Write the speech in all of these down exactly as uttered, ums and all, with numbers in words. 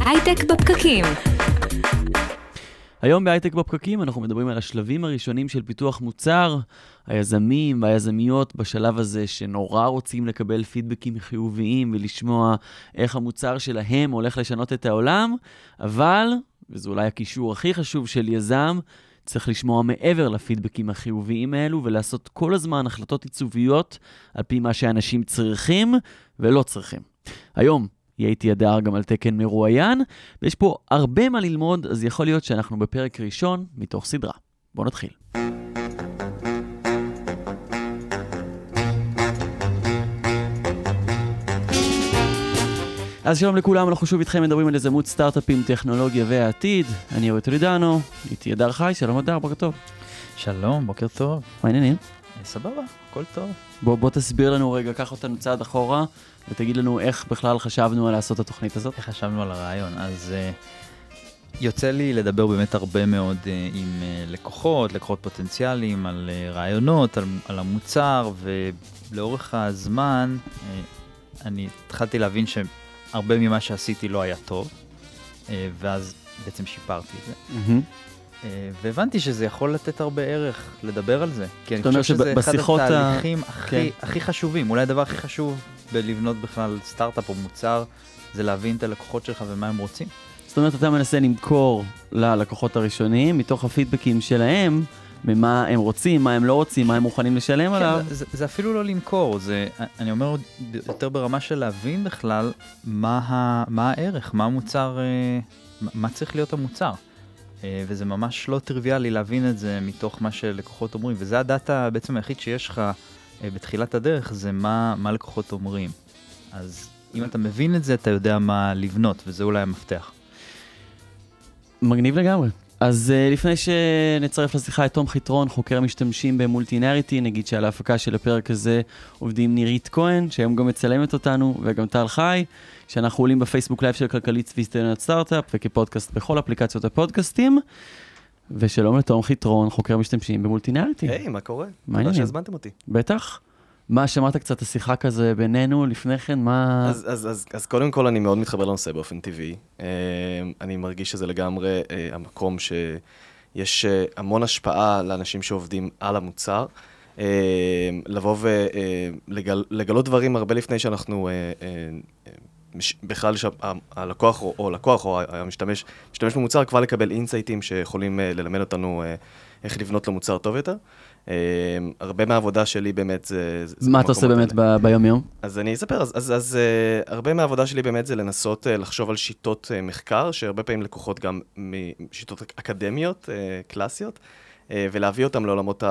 הייטק בפקקים. היום בהייטק בפקקים אנחנו מדברים על השלבים הראשונים של פיתוח מוצר, היזמים והיזמיות בשלב הזה שנורא רוצים לקבל פידבקים חיוביים ולשמוע איך המוצר שלהם הולך לשנות את העולם, אבל, וזה אולי הקישור הכי חשוב של יזם, צריך לשמוע מעבר לפידבקים החיוביים האלו ולעשות כל הזמן החלטות עיצוביות על פי מה שאנשים צריכים ולא צריכים. היום יהיה איתי הדר גם על תקן מרואיין, ויש פה הרבה מה ללמוד, אז יכול להיות שאנחנו בפרק ראשון מתוך סדרה. בואו נתחיל. אז שלום לכולם, אנחנו שוב איתכם מדברים על יזמות סטארט-אפים, טכנולוגיה והעתיד. אני אורי טולידנו, איתי הדר חי, שלום הדר, בוקר טוב. שלום, בוקר טוב. מה העניינים? סבבה, הכל טוב. בוא, בוא תסביר לנו רגע, קח אותנו צעד אחורה, ותגיד לנו איך בכלל חשבנו על לעשות את התוכנית הזאת. איך חשבנו על הרעיון? אז uh, יוצא לי לדבר באמת הרבה מאוד uh, עם uh, לקוחות, לקוחות פוטנציאליים, על uh, רעיונות, על, על המוצר, ולאורך הזמן uh, אני התחלתי להבין שהרבה ממה שעשיתי לא היה טוב, uh, ואז בעצם שיפרתי את זה. Mm-hmm. והבנתי שזה יכול לתת הרבה ערך לדבר על זה. כי אני חושב שזה אחד התהליכים הכי, הכי חשובים. אולי הדבר הכי חשוב בלבנות בכלל סטארט-אפ או מוצר, זה להבין את הלקוחות שלך ומה הם רוצים. זאת אומרת, אתה מנסה למכור ללקוחות הראשונים, מתוך הפידבקים שלהם, ממה הם רוצים, מה הם לא רוצים, מה הם מוכנים לשלם עליו. זה, זה אפילו לא למכור, זה, אני אומר יותר ברמה של להבין בכלל מה, ה, מה הערך, מה המוצר, מה צריך להיות המוצר. וזה ממש לא טריוויאלי להבין את זה מתוך מה שלקוחות אומרים, וזה הדאטה בעצם היחיד שיש לך בתחילת הדרך, זה מה, מה לקוחות אומרים. אז אם אתה מבין את זה, אתה יודע מה לבנות, וזה אולי המפתח. מגניב לגמרי. אז uh, לפני שנצרף לשיחה את תום חיטרון, חוקר משתמשים במולטינריטי, נגיד שעל ההפקה של הפרק הזה עובדים נירית כהן, שהיום גם מצלמת אותנו, וגם טל חי, שאנחנו עולים בפייסבוק לייב של כלכלית סביסטרנט סטארט-אפ, וכפודקאסט בכל אפליקציות הפודקאסטים, ושלום לתום חיטרון, חוקר משתמשים במולטינריטי. היי, מה קורה? מה העניין? תודה שהזמנתם אותי. בטח. מה, שמעת קצת השיחה כזה בינינו לפני כן? מה... אז, אז, אז, אז קודם כל אני מאוד מתחבר לנושא באופן טבעי. אני מרגיש שזה לגמרי המקום שיש המון השפעה לאנשים שעובדים על המוצר. לבוא ולגלות דברים הרבה לפני שאנחנו בכלל שהלקוח או לקוח או המשתמש משתמש במוצר כבר לקבל אינסייטים שיכולים ללמד אותנו איך לבנות למוצר טוב יותר. הרבה מהעבודה שלי באמת זה... מה אתה עושה באמת ביום יום? אז אני אספר, אז הרבה מהעבודה שלי באמת זה לנסות לחשוב על שיטות מחקר, שהרבה פעמים לקוחות גם משיטות אקדמיות, קלאסיות, ולהביא אותם לעולמות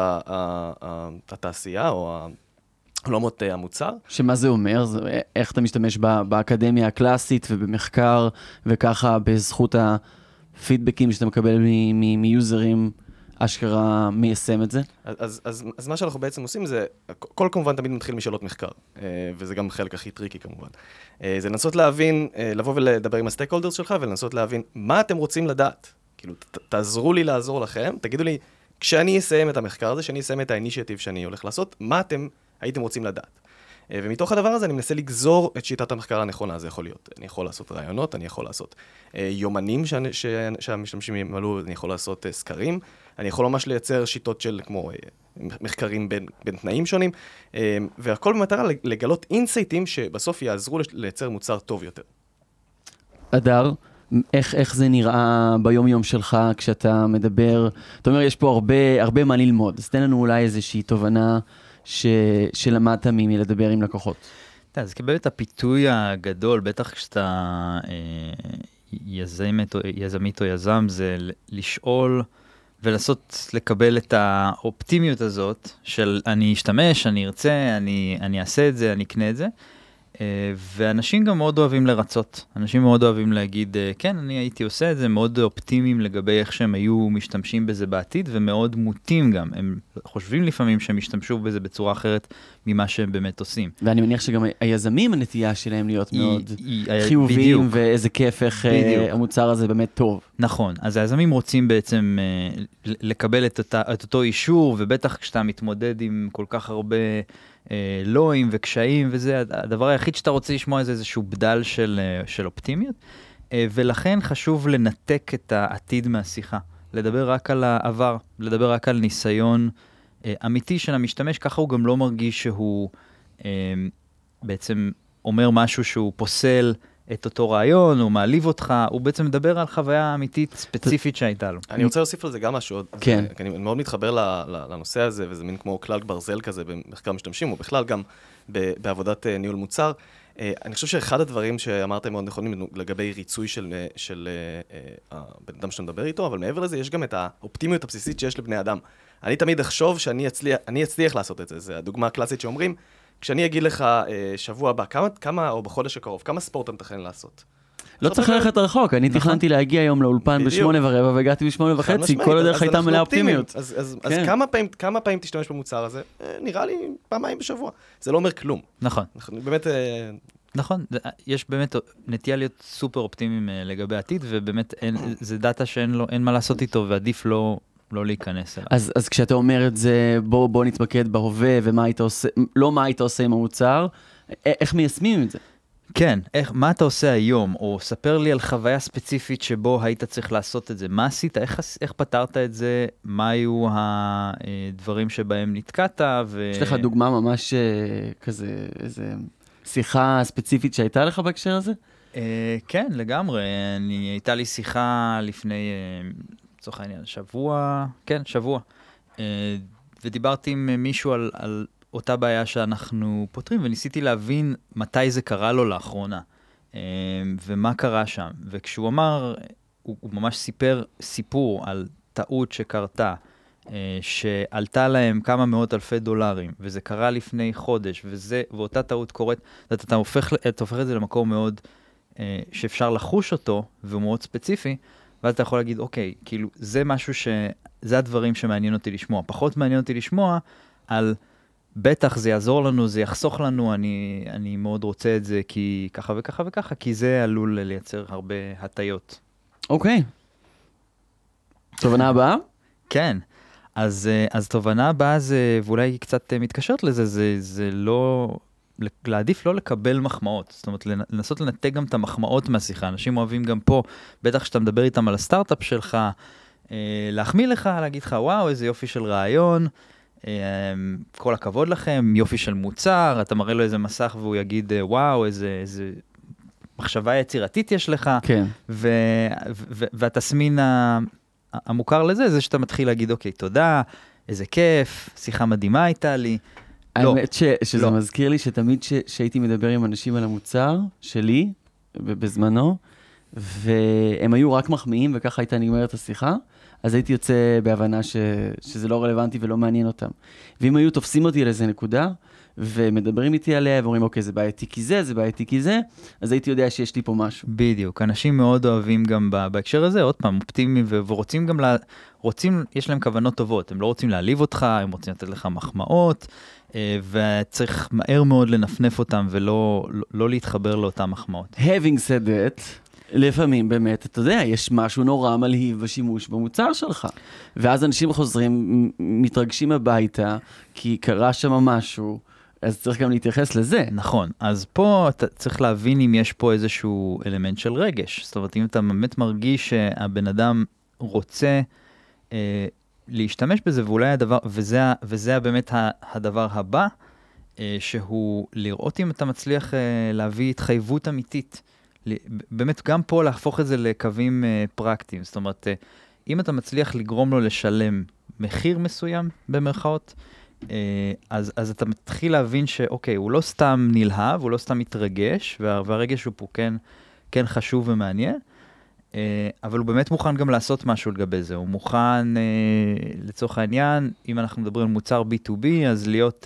התעשייה או עולמות המוצר. שמה זה אומר? איך אתה משתמש באקדמיה הקלאסית ובמחקר, וככה בזכות הפידבקים שאתה מקבל מיוזרים, אשכרה מיישם את זה? אז, אז, אז מה שאנחנו בעצם עושים זה, כל כמובן תמיד מתחיל משאלות מחקר, וזה גם חלק הכי טריקי כמובן. זה לנסות להבין, לבוא ולדבר עם הסטייק הולדרס שלך, ולנסות להבין מה אתם רוצים לדעת. כאילו, ת, תעזרו לי לעזור לכם, תגידו לי, כשאני אסיים את המחקר הזה, כשאני אסיים את האינישייטיב שאני הולך לעשות, מה אתם הייתם רוצים לדעת. ומתוך הדבר הזה אני מנסה לגזור את שיטת המחקר הנכונה, זה יכול להיות. אני יכול לעשות רעיונות, אני יכול לעשות יומנים שהמשתמשים ימלאו, אני יכול לעשות סקרים, אני יכול ממש לייצר שיטות של כמו מחקרים בין, בין תנאים שונים, והכל במטרה לגלות אינסייטים שבסוף יעזרו לייצר מוצר טוב יותר. הדר, איך, איך זה נראה ביום יום שלך כשאתה מדבר? אתה אומר, יש פה הרבה, הרבה מה ללמוד, אז תן לנו אולי איזושהי תובנה ש... שלמדת ממי לדבר עם לקוחות. אז קיבל את הפיתוי הגדול, בטח כשאתה אה, יזמת, יזמית או יזם, זה לשאול ולנסות לקבל את האופטימיות הזאת של אני אשתמש, אני ארצה, אני, אני אעשה את זה, אני אקנה את זה. ואנשים גם מאוד אוהבים לרצות. אנשים מאוד אוהבים להגיד, כן, אני הייתי עושה את זה, מאוד אופטימיים לגבי איך שהם היו משתמשים בזה בעתיד, ומאוד מוטים גם. הם חושבים לפעמים שהם ישתמשו בזה בצורה אחרת ממה שהם באמת עושים. ואני מניח שגם היזמים, הנטייה שלהם להיות מאוד חיוביים, ואיזה כיף איך המוצר הזה באמת טוב. נכון. אז היזמים רוצים בעצם לקבל את אותו אישור, ובטח כשאתה מתמודד עם כל כך הרבה לואים וקשיים וזה, הדבר היחיד שאתה רוצה לשמוע זה איזשהו בדל של, של אופטימיות. ולכן חשוב לנתק את העתיד מהשיחה. לדבר רק על העבר, לדבר רק על ניסיון אמיתי של המשתמש, ככה הוא גם לא מרגיש שהוא בעצם אומר משהו שהוא פוסל את אותו רעיון, הוא מעליב אותך, הוא בעצם מדבר על חוויה אמיתית ספציפית שהייתה לו. אני רוצה להוסיף על זה גם משהו, כן. אני מאוד מתחבר לנושא הזה, וזה מין כמו כלל ברזל כזה במחקר משתמשים, ובכלל גם בעבודת ניהול מוצר. אני חושב שאחד הדברים שאמרתם מאוד נכונים לגבי ריצוי של הבן אדם שאתה מדבר איתו, אבל מעבר לזה יש גם את האופטימיות הבסיסית שיש לבני אדם. אני תמיד אחשוב שאני אצליח לעשות את זה, זו הדוגמה הקלאסית שאומרים, כשאני אגיד לך שבוע הבא, כמה, כמה, או בחודש הקרוב, כמה ספורט אתה מתכנן לעשות? לא צריך ללכת רחוק, אני תכננתי להגיע היום לאולפן בשמונה ורבע, והגעתי בשמונה וחצי, כל הדרך הייתה מלאה אופטימיות. אז כמה פעמים תשתמש במוצר הזה? נראה לי פעמיים בשבוע. זה לא אומר כלום. נכון. באמת... נכון, יש באמת נטייה להיות סופר אופטימיים לגבי העתיד, ובאמת זה דאטה שאין מה לעשות איתו, ועדיף לא... לא להיכנס אליו. אז, אז כשאתה אומר את זה, בוא, בוא נתמקד בהווה, ומה היית עושה, לא מה היית עושה עם המוצר, איך מיישמים את זה? כן, איך, מה אתה עושה היום, או ספר לי על חוויה ספציפית שבו היית צריך לעשות את זה. מה עשית, איך, איך פתרת את זה, מה היו הדברים שבהם נתקעת, ו... יש לך דוגמה ממש כזה, איזה שיחה ספציפית שהייתה לך בהקשר הזה? כן, לגמרי. אני, הייתה לי שיחה לפני... לצורך העניין, שבוע, כן, שבוע. ודיברתי עם מישהו על, על אותה בעיה שאנחנו פותרים, וניסיתי להבין מתי זה קרה לו לאחרונה, ומה קרה שם. וכשהוא אמר, הוא, הוא ממש סיפר סיפור על טעות שקרתה, שעלתה להם כמה מאות אלפי דולרים, וזה קרה לפני חודש, וזה, ואותה טעות קורית, אתה, אתה, הופך, אתה הופך את זה למקום מאוד, שאפשר לחוש אותו, והוא מאוד ספציפי, ואז אתה יכול להגיד, אוקיי, כאילו, זה משהו ש... זה הדברים שמעניין אותי לשמוע. פחות מעניין אותי לשמוע על, בטח זה יעזור לנו, זה יחסוך לנו, אני, אני מאוד רוצה את זה, כי ככה וככה וככה, כי זה עלול לייצר הרבה הטיות. אוקיי. תובנה הבאה? כן. אז, אז תובנה הבאה זה, ואולי קצת מתקשרת לזה, זה, זה לא... להעדיף לא לקבל מחמאות, זאת אומרת, לנסות לנתק גם את המחמאות מהשיחה. אנשים אוהבים גם פה, בטח שאתה מדבר איתם על הסטארט-אפ שלך, להחמיא לך, להגיד לך, וואו, איזה יופי של רעיון, כל הכבוד לכם, יופי של מוצר, אתה מראה לו איזה מסך והוא יגיד, וואו, איזה, איזה מחשבה יצירתית יש לך, כן. ו, ו, והתסמין המוכר לזה, זה שאתה מתחיל להגיד, אוקיי, תודה, איזה כיף, שיחה מדהימה הייתה לי, האמת ש, שזה לא. מזכיר לי שתמיד ש, שהייתי מדבר עם אנשים על המוצר שלי, בזמנו, והם היו רק מחמיאים, וככה הייתה נגמרת השיחה, אז הייתי יוצא בהבנה ש, שזה לא רלוונטי ולא מעניין אותם. ואם היו תופסים אותי על איזה נקודה, ומדברים איתי עליה, ואומרים, אוקיי, זה בעייתי כי זה, זה בעייתי כי זה, אז הייתי יודע שיש לי פה משהו. בדיוק. אנשים מאוד אוהבים גם בהקשר הזה, עוד פעם, אופטימיים, ורוצים גם, לה, רוצים, יש להם כוונות טובות, הם לא רוצים להעליב אותך, הם רוצים לתת לך מחמאות, וצריך מהר מאוד לנפנף אותם, ולא לא, לא להתחבר לאותם מחמאות. Having said that, לפעמים באמת, אתה יודע, יש משהו נורא מלהיב בשימוש במוצר שלך. ואז אנשים חוזרים, מתרגשים הביתה, כי קרה שם משהו, אז צריך גם להתייחס לזה. נכון. אז פה אתה צריך להבין אם יש פה איזשהו אלמנט של רגש. זאת אומרת, אם אתה באמת מרגיש שהבן אדם רוצה אה, להשתמש בזה, ואולי הדבר, וזה, וזה באמת הדבר הבא, אה, שהוא לראות אם אתה מצליח אה, להביא התחייבות אמיתית. באמת גם פה להפוך את זה לקווים אה, פרקטיים. זאת אומרת, אה, אם אתה מצליח לגרום לו לשלם מחיר מסוים במרכאות, אז, אז אתה מתחיל להבין שאוקיי, הוא לא סתם נלהב, הוא לא סתם מתרגש, וה, והרגש הוא פה כן, כן חשוב ומעניין, אבל הוא באמת מוכן גם לעשות משהו לגבי זה. הוא מוכן, לצורך העניין, אם אנחנו מדברים על מוצר בי טו בי, אז להיות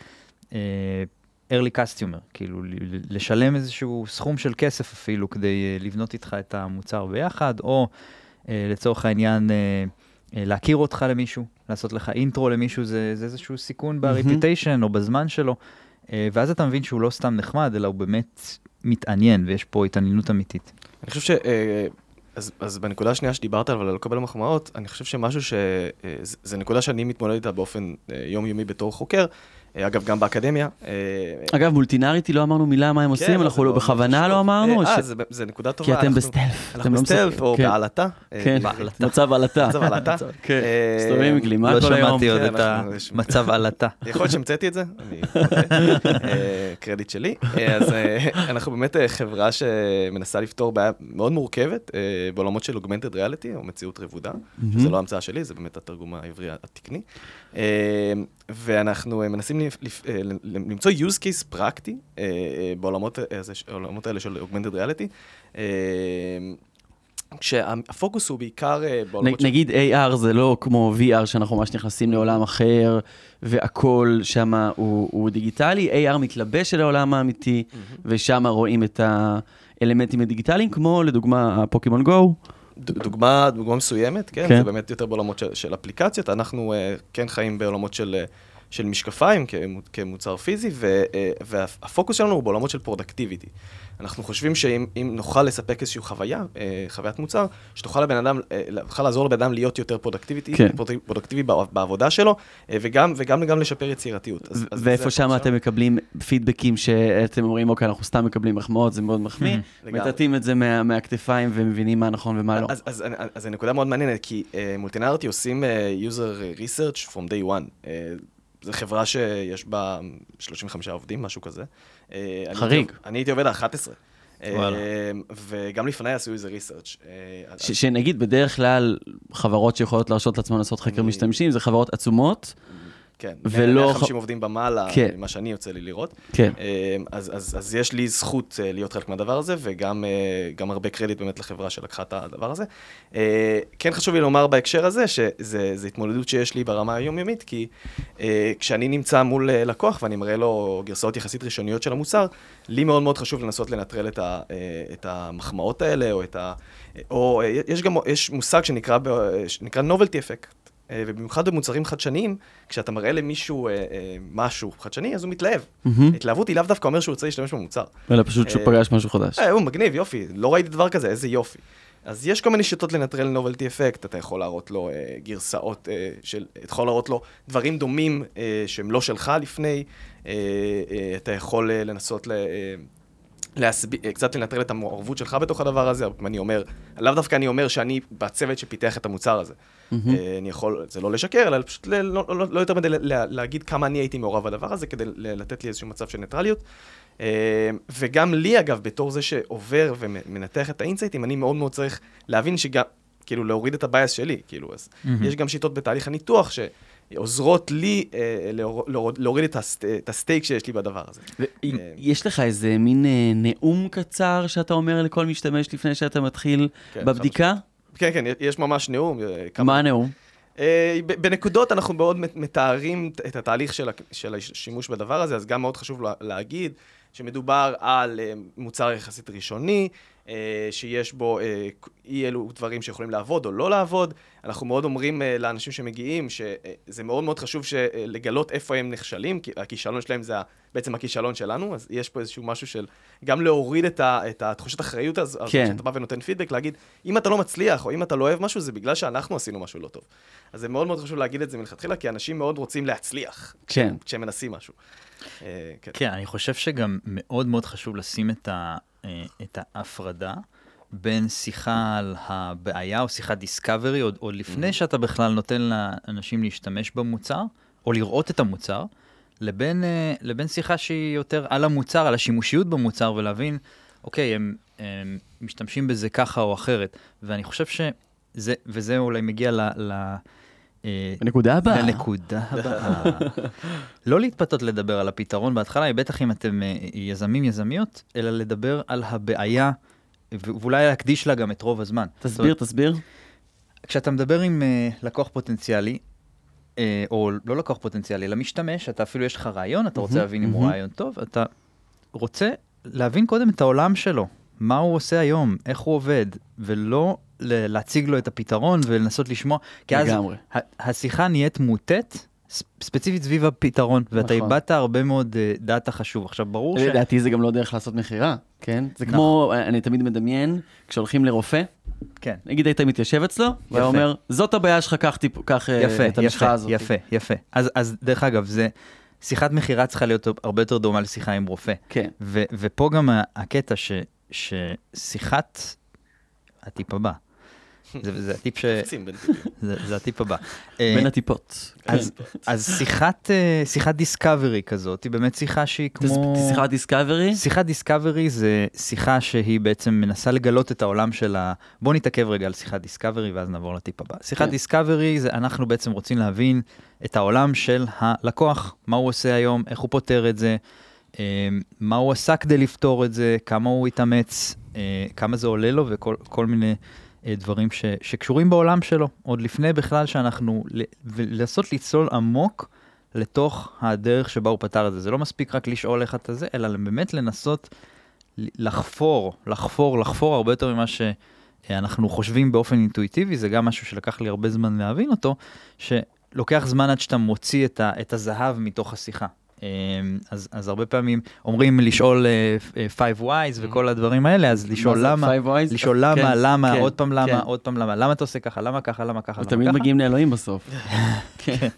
early customer, כאילו לשלם איזשהו סכום של כסף אפילו, כדי לבנות איתך את המוצר ביחד, או לצורך העניין, להכיר אותך למישהו, לעשות לך אינטרו למישהו, זה, זה איזשהו סיכון ברפיטיישן או בזמן שלו, ואז אתה מבין שהוא לא סתם נחמד, אלא הוא באמת מתעניין, ויש פה התעניינות אמיתית. אני חושב ש... אז, אז בנקודה השנייה שדיברת על לקבל מחמאות, אני חושב שמשהו ש... זה נקודה שאני מתמודד איתה באופן יומיומי בתור חוקר, אגב, גם באקדמיה. אגב, מולטינריטי לא אמרנו מילה מה הם עושים, אנחנו לא בכוונה לא אמרנו. אה, זה נקודה טובה. כי אתם בסטלף. אנחנו בסטלף או בעלתה. כן, מצב עלתה. מצב עלתה. כן, מסתובבים עם גלימה לא כל היום. שמעתי עוד את המצב עלתה. יכול להיות שהמצאתי את זה, קרדיט שלי. אז אנחנו באמת חברה שמנסה לפתור בעיה מאוד מורכבת בעולמות של Augmented Reality, או מציאות רבודה, שזה לא המצאה שלי, זה באמת התרגום העברי התקני. ואנחנו מנסים למצוא use case פרקטי בעולמות האלה של Augmented Reality, כשהפוקוס הוא בעיקר בעולמות... נגיד איי אר זה לא כמו וי אר שאנחנו ממש נכנסים לעולם אחר, והכל שם הוא דיגיטלי, איי אר מתלבש על העולם האמיתי, ושם רואים את האלמנטים הדיגיטליים, כמו לדוגמה הפוקימון גו. דוגמה, דוגמה מסוימת, כן? זה באמת יותר בעולמות של אפליקציות, אנחנו כן חיים בעולמות של... של משקפיים כמוצר פיזי, והפוקוס שלנו הוא בעולמות של פרודקטיביטי. אנחנו חושבים שאם נוכל לספק איזושהי חוויה, חוויית מוצר, שתוכל לבן אדם, תוכל לעזור לבן אדם להיות יותר פרודקטיבי בעבודה שלו, וגם וגם לשפר יצירתיות. ואיפה שם אתם מקבלים פידבקים שאתם אומרים, אוקיי, אנחנו סתם מקבלים מחמאות, זה מאוד מחמיא, מטאטים את זה מהכתפיים ומבינים מה נכון ומה לא. אז זו נקודה מאוד מעניינת, כי מולטינריטי עושים user research from day one. זו חברה שיש בה שלושים וחמישה עובדים, משהו כזה. חריג. אני הייתי עובד ה-אחת עשרה. וגם לפני עשו איזה ריסרצ'. שנגיד, בדרך כלל, חברות שיכולות להרשות לעצמם לעשות חקר משתמשים, זה חברות עצומות. כן, מאה וחמישים עובדים במעלה, מה שאני יוצא לי לראות. כן. אז יש לי זכות להיות חלק מהדבר הזה, וגם הרבה קרדיט באמת לחברה שלקחה את הדבר הזה. כן חשוב לי לומר בהקשר הזה, שזו התמודדות שיש לי ברמה היומיומית, כי כשאני נמצא מול לקוח, ואני מראה לו גרסאות יחסית ראשוניות של המוצר, לי מאוד מאוד חשוב לנסות לנטרל את המחמאות האלה, או את ה... או יש גם, יש מושג שנקרא novelty effect. ובמיוחד במוצרים חדשניים, כשאתה מראה למישהו משהו חדשני, אז הוא מתלהב. התלהבות היא לאו דווקא אומר שהוא רוצה להשתמש במוצר. אלא פשוט שהוא פגש משהו חדש. הוא מגניב, יופי, לא ראיתי דבר כזה, איזה יופי. אז יש כל מיני שיטות לנטרל novelty effect, אתה יכול להראות לו גרסאות של, אתה יכול להראות לו דברים דומים שהם לא שלך לפני, אתה יכול לנסות ל... להסב... קצת לנטרל את המעורבות שלך בתוך הדבר הזה, אני אומר, לאו דווקא אני אומר שאני בצוות שפיתח את המוצר הזה. אני יכול, זה לא לשקר, אלא פשוט לא, לא, לא, לא יותר מדי להגיד כמה אני הייתי מעורב בדבר הזה, כדי לתת לי איזשהו מצב של ניטרליות. וגם לי, אגב, בתור זה שעובר ומנתח את האינסייטים, אני מאוד מאוד צריך להבין שגם, כאילו, להוריד את הבייס שלי, כאילו, אז יש גם שיטות בתהליך הניתוח ש... עוזרות לי להוריד את הסטייק שיש לי בדבר הזה. יש לך איזה מין נאום קצר שאתה אומר לכל משתמש לפני שאתה מתחיל בבדיקה? כן, כן, יש ממש נאום. מה הנאום? בנקודות אנחנו מאוד מתארים את התהליך של השימוש בדבר הזה, אז גם מאוד חשוב להגיד שמדובר על מוצר יחסית ראשוני, שיש בו אי אלו דברים שיכולים לעבוד או לא לעבוד. אנחנו מאוד אומרים לאנשים שמגיעים שזה מאוד מאוד חשוב לגלות איפה הם נכשלים, כי הכישלון שלהם זה בעצם הכישלון שלנו, אז יש פה איזשהו משהו של גם להוריד את התחושת האחריות הזו, שאתה בא ונותן פידבק, להגיד, אם אתה לא מצליח או אם אתה לא אוהב משהו, זה בגלל שאנחנו עשינו משהו לא טוב. אז זה מאוד מאוד חשוב להגיד את זה מלכתחילה, כי אנשים מאוד רוצים להצליח כשהם מנסים משהו. כן, אני חושב שגם מאוד מאוד חשוב לשים את ה... את ההפרדה בין שיחה על הבעיה או שיחת דיסקאברי, עוד, עוד לפני שאתה בכלל נותן לאנשים להשתמש במוצר, או לראות את המוצר, לבין, לבין שיחה שהיא יותר על המוצר, על השימושיות במוצר, ולהבין, אוקיי, הם, הם משתמשים בזה ככה או אחרת. ואני חושב שזה, וזה אולי מגיע ל... ל לנקודה הבאה. לנקודה הבאה. לא להתפתות לדבר על הפתרון בהתחלה, בטח אם אתם יזמים יזמיות, אלא לדבר על הבעיה, ואולי להקדיש לה גם את רוב הזמן. תסביר, תסביר. כשאתה מדבר עם לקוח פוטנציאלי, או לא לקוח פוטנציאלי, אלא משתמש, אתה אפילו יש לך רעיון, אתה רוצה להבין אם הוא רעיון טוב, אתה רוצה להבין קודם את העולם שלו, מה הוא עושה היום, איך הוא עובד, ולא להציג לו את הפתרון ולנסות לשמוע, כי אז השיחה נהיית מוטט, ספציפית סביב הפתרון, ואתה איבדת הרבה מאוד דאטה חשוב. עכשיו, ברור ש... לדעתי זה גם לא דרך לעשות מחירה, כן? זה כמו, אני תמיד מדמיין, כשהולכים לרופא, נגיד היית מתיישב אצלו, והוא אומר, זאת הבעיה שלך, קח את המשחה הזאת. יפה, יפה. אז דרך אגב, שיחת מחירה צריכה להיות הרבה יותר דומה לשיחה עם רופא. כן. ו- ופה גם הקטע ש- ששיחת, הטיפ הבא, זה, זה הטיפ ש... זה, זה הטיפ הבא. בין הטיפות. אז, אז שיחת, שיחת דיסקאברי כזאת, היא באמת שיחה שהיא כמו... שיחת דיסקאברי? שיחת דיסקאברי זה שיחה שהיא בעצם מנסה לגלות את העולם של ה... בוא נתעכב רגע על שיחת דיסקאברי ואז נעבור לטיפ הבא. שיחת דיסקאברי זה אנחנו בעצם רוצים להבין את העולם של הלקוח, מה הוא עושה היום, איך הוא פותר את זה, מה הוא עשה כדי לפתור את זה, כמה הוא התאמץ, כמה זה עולה לו וכל כל מיני... דברים ש, שקשורים בעולם שלו, עוד לפני בכלל שאנחנו, ולנסות לצלול עמוק לתוך הדרך שבה הוא פתר את זה. זה לא מספיק רק לשאול איך אתה זה, אלא באמת לנסות לחפור, לחפור, לחפור הרבה יותר ממה שאנחנו חושבים באופן אינטואיטיבי, זה גם משהו שלקח לי הרבה זמן להבין אותו, שלוקח זמן עד שאתה מוציא את, ה, את הזהב מתוך השיחה. אז, אז הרבה פעמים אומרים לשאול uh, five whys וכל הדברים האלה, אז לשאול למה, לשאול למה, כן, למה, כן, עוד פעם למה, כן. עוד פעם למה, למה אתה עושה ככה, למה ככה, למה ככה, ותמיד מגיעים לאלוהים בסוף. כן.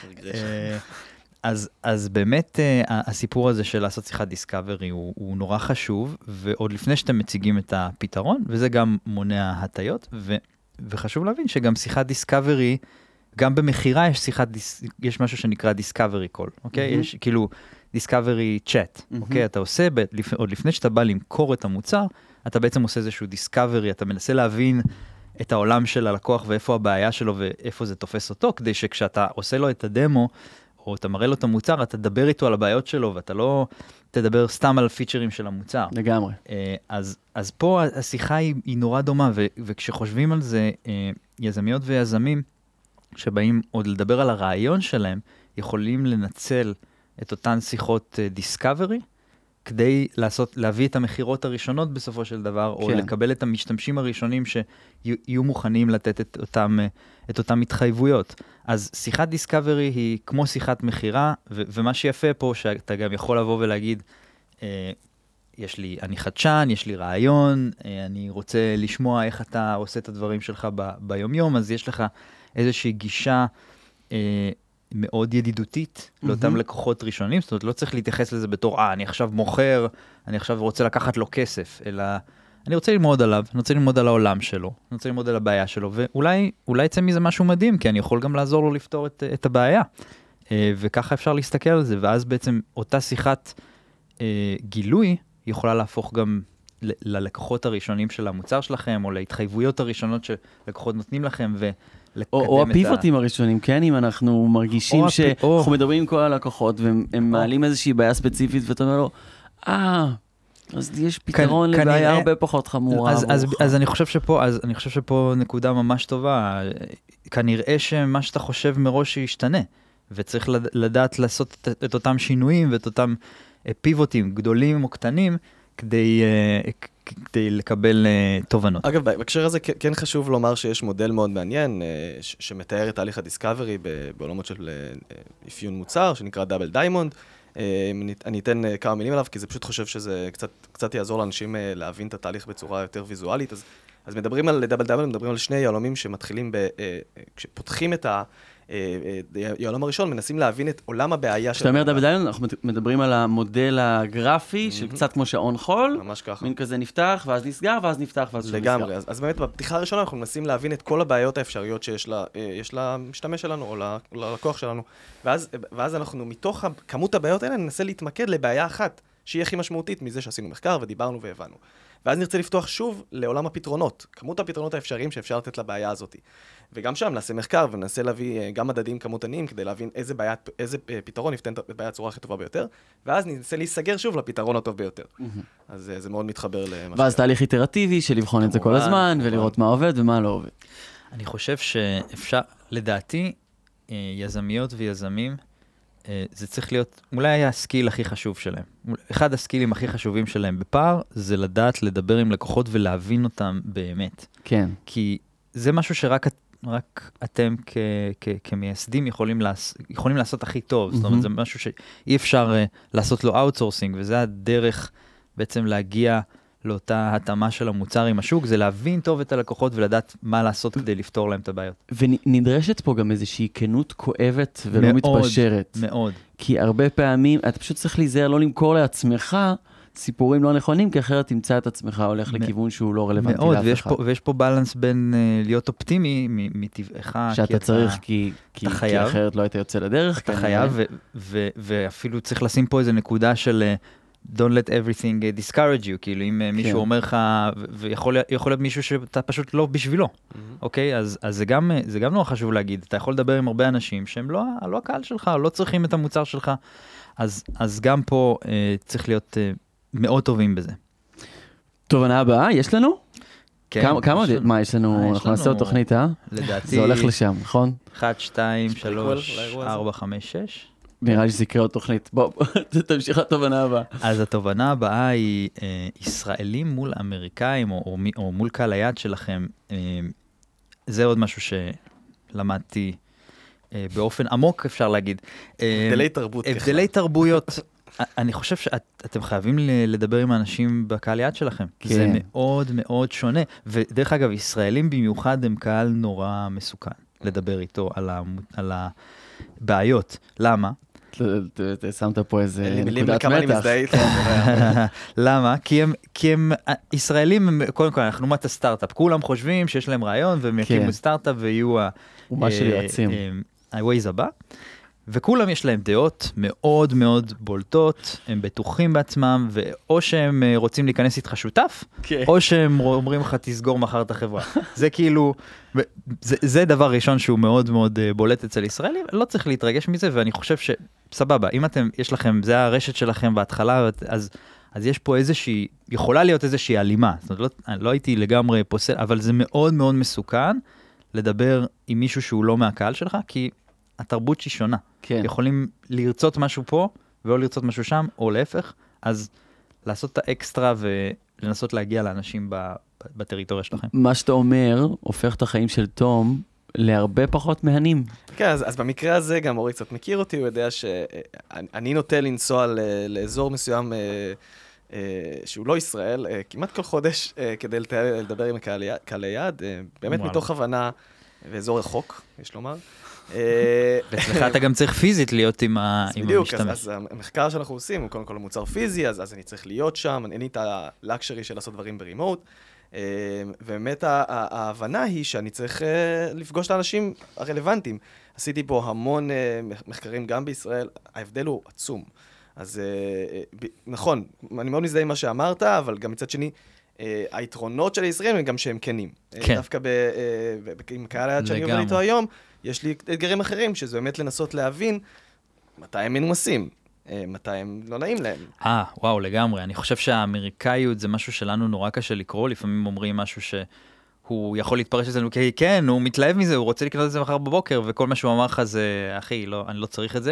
אז, אז באמת uh, הסיפור הזה של לעשות שיחת דיסקאברי הוא, הוא נורא חשוב, ועוד לפני שאתם מציגים את הפתרון, וזה גם מונע הטיות, ו, וחשוב להבין שגם שיחת דיסקאברי, גם במחירה יש שיחת, יש משהו שנקרא Discovery Call, אוקיי? Mm-hmm. יש כאילו Discovery Chat, mm-hmm. אוקיי? אתה עושה, ב, לפ, עוד לפני שאתה בא למכור את המוצר, אתה בעצם עושה איזשהו Discovery, אתה מנסה להבין את העולם של הלקוח ואיפה הבעיה שלו ואיפה זה תופס אותו, כדי שכשאתה עושה לו את הדמו, או אתה מראה לו את המוצר, אתה תדבר איתו על הבעיות שלו, ואתה לא תדבר סתם על פיצ'רים של המוצר. לגמרי. אז, אז פה השיחה היא, היא נורא דומה, ו, וכשחושבים על זה, יזמיות ויזמים, שבאים עוד לדבר על הרעיון שלהם, יכולים לנצל את אותן שיחות דיסקאברי, כדי לעשות, להביא את המחירות הראשונות בסופו של דבר, כן. או לקבל את המשתמשים הראשונים שיהיו מוכנים לתת את אותם, את אותם התחייבויות. אז שיחת דיסקאברי היא כמו שיחת מחירה, ו- ומה שיפה פה, שאתה גם יכול לבוא ולהגיד, אה, יש לי, אני חדשן, יש לי רעיון, אה, אני רוצה לשמוע איך אתה עושה את הדברים שלך ב- ביום-יום, אז יש לך איזושהי גישה אה, מאוד ידידותית mm-hmm. לאותם לקוחות ראשונים, זאת אומרת, לא צריך להתייחס לזה בתור, אה, אני עכשיו מוכר, אני עכשיו רוצה לקחת לו כסף, אלא אני רוצה ללמוד עליו, אני רוצה ללמוד על העולם שלו, אני רוצה ללמוד על הבעיה שלו, ואולי אולי יצא מזה משהו מדהים, כי אני יכול גם לעזור לו לפתור את, את הבעיה. אה, וככה אפשר להסתכל על זה, ואז בעצם אותה שיחת אה, גילוי יכולה להפוך גם ל- ללקוחות הראשונים של המוצר שלכם, או להתחייבויות הראשונות שלקוחות נותנים לכם, ו... או, או הפיבוטים ה... הראשונים, כן, אם אנחנו מרגישים שאנחנו הפ... מדברים עם כל הלקוחות, והם או. מעלים איזושהי בעיה ספציפית, ואתה אומר לו, אה, אז יש פתרון כ... לבעיה כנראה... הרבה פחות חמורה. אז, אז, אז, אני חושב שפה, אז אני חושב שפה נקודה ממש טובה, כנראה שמה שאתה חושב מראש ישתנה, וצריך לדעת לעשות את, את אותם שינויים, ואת אותם פיבוטים גדולים או קטנים, כדי... כדי לקבל uh, תובנות. אגב, בהקשר הזה כן חשוב לומר שיש מודל מאוד מעניין, uh, ש- שמתאר את תהליך הדיסקאברי בעולמות של uh, אפיון מוצר, שנקרא דאבל דיימונד. Uh, אני אתן uh, כמה מילים עליו, כי זה פשוט חושב שזה קצת, קצת יעזור לאנשים uh, להבין את התהליך בצורה יותר ויזואלית. אז, אז מדברים על דאבל דיימונד, מדברים על שני יהלומים שמתחילים, ב, uh, כשפותחים את ה... העולם הראשון, מנסים להבין את עולם הבעיה של... כשאתה אומר דאבל דיימונד, אנחנו מדברים על המודל הגרפי, שקצת כמו שעון חול. ממש ככה. מין כזה נפתח, ואז נסגר, ואז נפתח, ואז נסגר. לגמרי. אז באמת, בפתיחה הראשונה אנחנו מנסים להבין את כל הבעיות האפשריות שיש למשתמש שלנו, או ללקוח שלנו. ואז אנחנו, מתוך כמות הבעיות האלה, ננסה להתמקד לבעיה אחת, שהיא הכי משמעותית מזה שעשינו מחקר ודיברנו והבנו. ואז נרצה לפתוח שוב לעולם הפתרונות, כמות הפתרונות האפשריים שאפשר לתת לבעיה הזאת. וגם שם נעשה מחקר וננסה להביא גם מדדים כמותניים כדי להבין איזה, בעיה, איזה פתרון יפתן את הבעיה הצורה הכי טובה ביותר, ואז ננסה להיסגר שוב לפתרון הטוב ביותר. אז זה מאוד מתחבר למה ואז תהליך איטרטיבי של לבחון את זה כל הזמן, ולראות מה עובד ומה לא עובד. אני חושב שאפשר, לדעתי, יזמיות ויזמים, זה צריך להיות, אולי היה הסקיל הכי חשוב שלהם. אחד הסקילים הכי חשובים שלהם בפער, זה לדעת לדבר עם לקוחות ולהבין אותם באמת. כן. כי זה משהו שרק רק אתם כ- כ- כמייסדים יכולים, לעש, יכולים לעשות הכי טוב. Mm-hmm. זאת אומרת, זה משהו שאי אפשר uh, לעשות לו אאוטסורסינג, וזה הדרך בעצם להגיע לאותה התאמה של המוצר עם השוק, זה להבין טוב את הלקוחות ולדעת מה לעשות כדי לפתור להם את הבעיות. ונדרשת פה גם איזושהי כנות כואבת ולא מאוד, מתפשרת. מאוד. כי הרבה פעמים, אתה פשוט צריך להיזהר לא למכור לעצמך סיפורים לא נכונים, כי אחרת תמצא את עצמך הולך לכיוון שהוא לא רלוונטי מאוד, לאף ויש אחד. פה, ויש פה בלנס בין uh, להיות אופטימי מטבעך. שאתה צריך, כי, כי, כי חייב, אחרת לא היית יוצא לדרך. אתה חייב, ו, ו, ואפילו צריך לשים פה איזו נקודה של uh, don't let everything discourage you, כאילו אם כן. מישהו אומר לך, ויכול יכול להיות מישהו שאתה פשוט לא בשבילו, mm-hmm. אוקיי? אז, אז זה גם, זה גם נורא חשוב להגיד, אתה יכול לדבר עם הרבה אנשים שהם לא, לא הקהל שלך, לא צריכים את המוצר שלך, אז, אז גם פה uh, צריך להיות uh, מאוד טובים בזה. תובנה הבאה, יש לנו? כן. כמה, כמה עוד, לנו... מה, יש לנו, אה, אנחנו נעשה עוד תוכנית, אה? לדעתי... זה הולך לשם, נכון? אחת, שתיים, שלוש, ארבע, חמש, שש. נראה לי שזה יקרה עוד תוכנית. בוא, תמשיך לתובנה הבאה. אז התובנה הבאה היא אה, ישראלים מול אמריקאים, או, או, או מול קהל היעד שלכם. אה, זה עוד משהו שלמדתי אה, באופן עמוק, אפשר להגיד. הבדלי תרבות. הבדלי תרבויות. אני חושב שאתם חייבים לדבר עם האנשים בקהל יעד שלכם. כן. זה מאוד מאוד שונה. ודרך אגב, ישראלים במיוחד הם קהל נורא מסוכן לדבר איתו על, ה, על הבעיות. למה? שמת פה איזה נקודת מתח. למה? כי הם, כי הם, ישראלים, קודם כל, אנחנו אומת הסטארט-אפ. כולם חושבים שיש להם רעיון, והם יקימו סטארט-אפ ויהיו אומה של יועצים. ה-Waze הבא. וכולם יש להם דעות מאוד מאוד בולטות, הם בטוחים בעצמם, ואו שהם רוצים להיכנס איתך שותף, כן. או שהם אומרים לך תסגור מחר את החברה. זה כאילו, זה, זה דבר ראשון שהוא מאוד מאוד בולט אצל ישראלים, לא צריך להתרגש מזה, ואני חושב שסבבה, אם אתם, יש לכם, זה הרשת שלכם בהתחלה, אז, אז יש פה איזושהי, יכולה להיות איזושהי אלימה, זאת אומרת, לא, לא הייתי לגמרי פוסל, אבל זה מאוד מאוד מסוכן לדבר עם מישהו שהוא לא מהקהל שלך, כי התרבות שהיא שונה. כן. יכולים לרצות משהו פה, ולא לרצות משהו שם, או להפך, אז לעשות את האקסטרה ולנסות להגיע לאנשים בטריטוריה שלכם. מה שאתה אומר, הופך את החיים של תום להרבה פחות מהנים. כן, אז, אז במקרה הזה גם אורי קצת מכיר אותי, הוא יודע שאני נוטה לנסוע לאזור מסוים שהוא לא ישראל, כמעט כל חודש, כדי לדבר עם קהלי יעד, באמת מתוך הבנה, ואזור רחוק, יש לומר. ואצלך אתה גם צריך פיזית להיות עם המשתמש. בדיוק, אז המחקר שאנחנו עושים הוא קודם כל מוצר פיזי, אז אני צריך להיות שם, אין לי את הלקשרי של לעשות דברים ברימוט, ובאמת ההבנה היא שאני צריך לפגוש את האנשים הרלוונטיים. עשיתי פה המון מחקרים גם בישראל, ההבדל הוא עצום. אז נכון, אני מאוד מזדהה עם מה שאמרת, אבל גם מצד שני, היתרונות של הישראלים הם גם שהם כנים. דווקא עם קהל היעד שאני עובד איתו היום, יש לי אתגרים אחרים, שזה באמת לנסות להבין מתי הם מנומסים, מתי הם לא נעים להם. אה, וואו, לגמרי. אני חושב שהאמריקאיות זה משהו שלנו נורא קשה לקרוא, לפעמים אומרים משהו שהוא יכול להתפרש אצלנו, כי כן, הוא מתלהב מזה, הוא רוצה לקנות את זה מחר בבוקר, וכל מה שהוא אמר לך זה, אחי, לא, אני לא צריך את זה.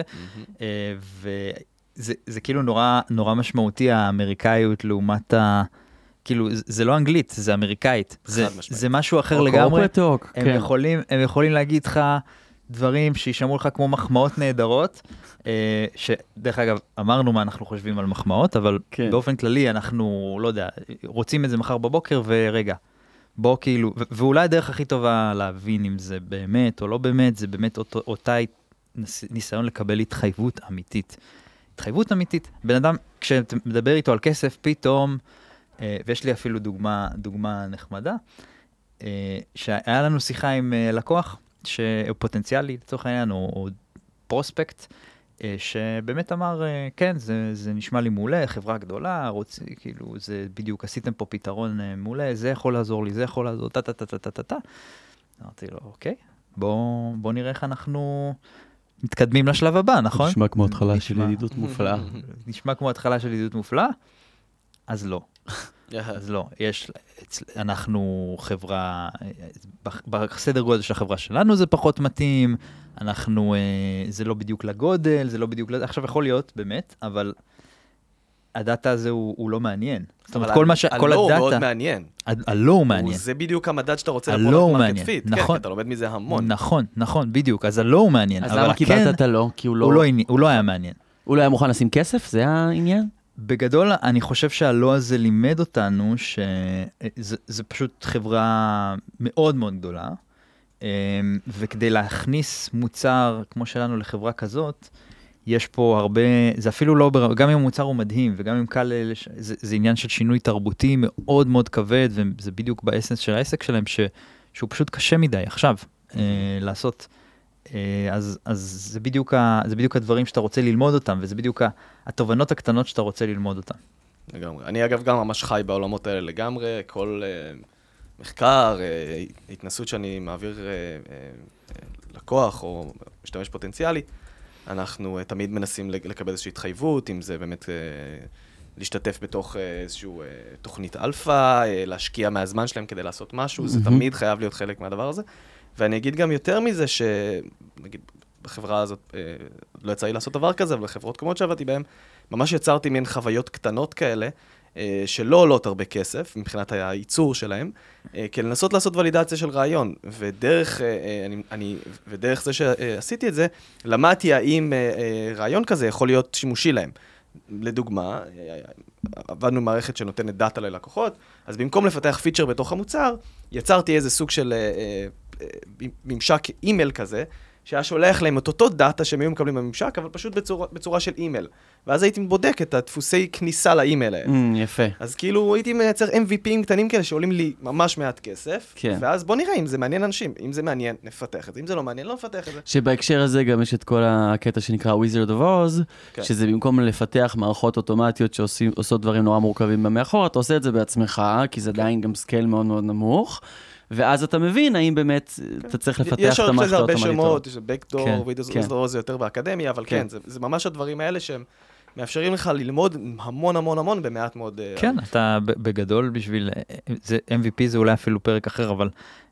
וזה זה כאילו נורא, נורא משמעותי, האמריקאיות לעומת ה... כאילו, זה לא אנגלית, זה אמריקאית. זה, זה משהו אחר לגמרי. הם, כן. יכולים, הם יכולים להגיד לך דברים שישמעו לך כמו מחמאות נהדרות, אה, שדרך אגב, אמרנו מה אנחנו חושבים על מחמאות, אבל כן. באופן כללי אנחנו, לא יודע, רוצים את זה מחר בבוקר, ורגע, בוא כאילו, ו- ואולי הדרך הכי טובה להבין אם זה באמת או לא באמת, זה באמת אותו, אותה ניסיון לקבל התחייבות אמיתית. התחייבות אמיתית. בן אדם, כשאתה מדבר איתו על כסף, פתאום... Uh, ויש לי אפילו דוגמה, דוגמה נחמדה, uh, שהיה לנו שיחה עם uh, לקוח, שהוא פוטנציאלי לצורך העניין, או, או פרוספקט, uh, שבאמת אמר, uh, כן, זה, זה נשמע לי מעולה, חברה גדולה, רוצ, כאילו, זה בדיוק, עשיתם פה פתרון uh, מעולה, זה יכול לעזור לי, זה יכול לעזור, טה, טה, טה, טה, טה, טה, טה. אמרתי לו, אוקיי, בוא, בוא נראה איך אנחנו מתקדמים לשלב הבא, נכון? נשמע כמו התחלה של ידידות מופלאה. נשמע כמו התחלה של ידידות מופלאה? אז לא. אז לא, יש, אנחנו חברה, בסדר גודל של החברה שלנו זה פחות מתאים, אנחנו, זה לא בדיוק לגודל, זה לא בדיוק, עכשיו יכול להיות באמת, אבל הדאטה הזה הוא, הוא לא מעניין. זאת אומרת, כל מה ש... כל הדאטה... הלא הוא מאוד מעניין. הלא הוא מעניין. זה בדיוק המדד שאתה רוצה לפרודקט מרקט פיט. נכון. כן, כי אתה לומד מזה המון. נכון, נכון, בדיוק. אז הלא הוא מעניין. אז למה קיבלת את הלא? כי הוא לא... הוא לא היה מעניין. הוא לא היה מוכן לשים כסף? זה העניין? בגדול, אני חושב שהלא הזה לימד אותנו שזה זה פשוט חברה מאוד מאוד גדולה, וכדי להכניס מוצר כמו שלנו לחברה כזאת, יש פה הרבה, זה אפילו לא, גם אם המוצר הוא מדהים, וגם אם קל, זה, זה עניין של שינוי תרבותי מאוד מאוד כבד, וזה בדיוק באסנס של העסק שלהם, ש, שהוא פשוט קשה מדי עכשיו אה, לעשות. אה, אז, אז זה בדיוק, ה, זה בדיוק הדברים שאתה רוצה ללמוד אותם, וזה בדיוק התובנות הקטנות שאתה רוצה ללמוד אותם. לגמרי. אני אגב גם ממש חי בעולמות האלה לגמרי, כל אה, מחקר, אה, התנסות שאני מעביר אה, אה, לקוח או משתמש פוטנציאלי, אנחנו uh, תמיד מנסים לקבל איזושהי התחייבות, אם זה באמת uh, להשתתף בתוך uh, איזושהי uh, תוכנית אלפא, uh, להשקיע מהזמן שלהם כדי לעשות משהו, mm-hmm. זה תמיד חייב להיות חלק מהדבר הזה. ואני אגיד גם יותר מזה, שנגיד בחברה הזאת, uh, לא יצא לי לעשות דבר כזה, אבל בחברות כמות שעבדתי בהן, ממש יצרתי מין חוויות קטנות כאלה, שלא עולות הרבה כסף, מבחינת הייצור שלהם, כי לנסות לעשות ולידציה של רעיון, ודרך, אני, אני, ודרך זה שעשיתי את זה, למדתי האם רעיון כזה יכול להיות שימושי להם. לדוגמה, עבדנו מערכת שנותנת דאטה ללקוחות, אז במקום לפתח פיצ'ר בתוך המוצר, יצרתי איזה סוג של ממשק אימייל כזה, שהיה שולח להם את אותו דאטה שהם היו מקבלים בממשק, אבל פשוט בצורה, בצורה של אימייל. ואז הייתי בודק את הדפוסי כניסה לאימייל האלה. Mm, יפה. אז כאילו הייתי מייצר אם וי פי'ים קטנים כאלה שעולים לי ממש מעט כסף, כן. ואז בוא נראה אם זה מעניין אנשים. אם זה מעניין, נפתח את זה. אם זה לא מעניין, לא נפתח את זה. שבהקשר הזה גם יש את כל הקטע שנקרא Wizard of Oz, כן. שזה במקום לפתח מערכות אוטומטיות שעושות דברים נורא מורכבים במאחור, אתה עושה את זה בעצמך, כי זה עדיין גם סקייל מאוד מאוד נמוך. ואז אתה מבין האם באמת אתה צריך לפתח את המערכת האוטומטית. יש הרבה שמות, יש בקדור, וידאו זה יותר באקדמיה, אבל כן, זה ממש הדברים האלה שהם מאפשרים לך ללמוד המון המון המון במעט מאוד... כן, אתה בגדול בשביל... אם וי פי זה אולי אפילו פרק אחר, אבל...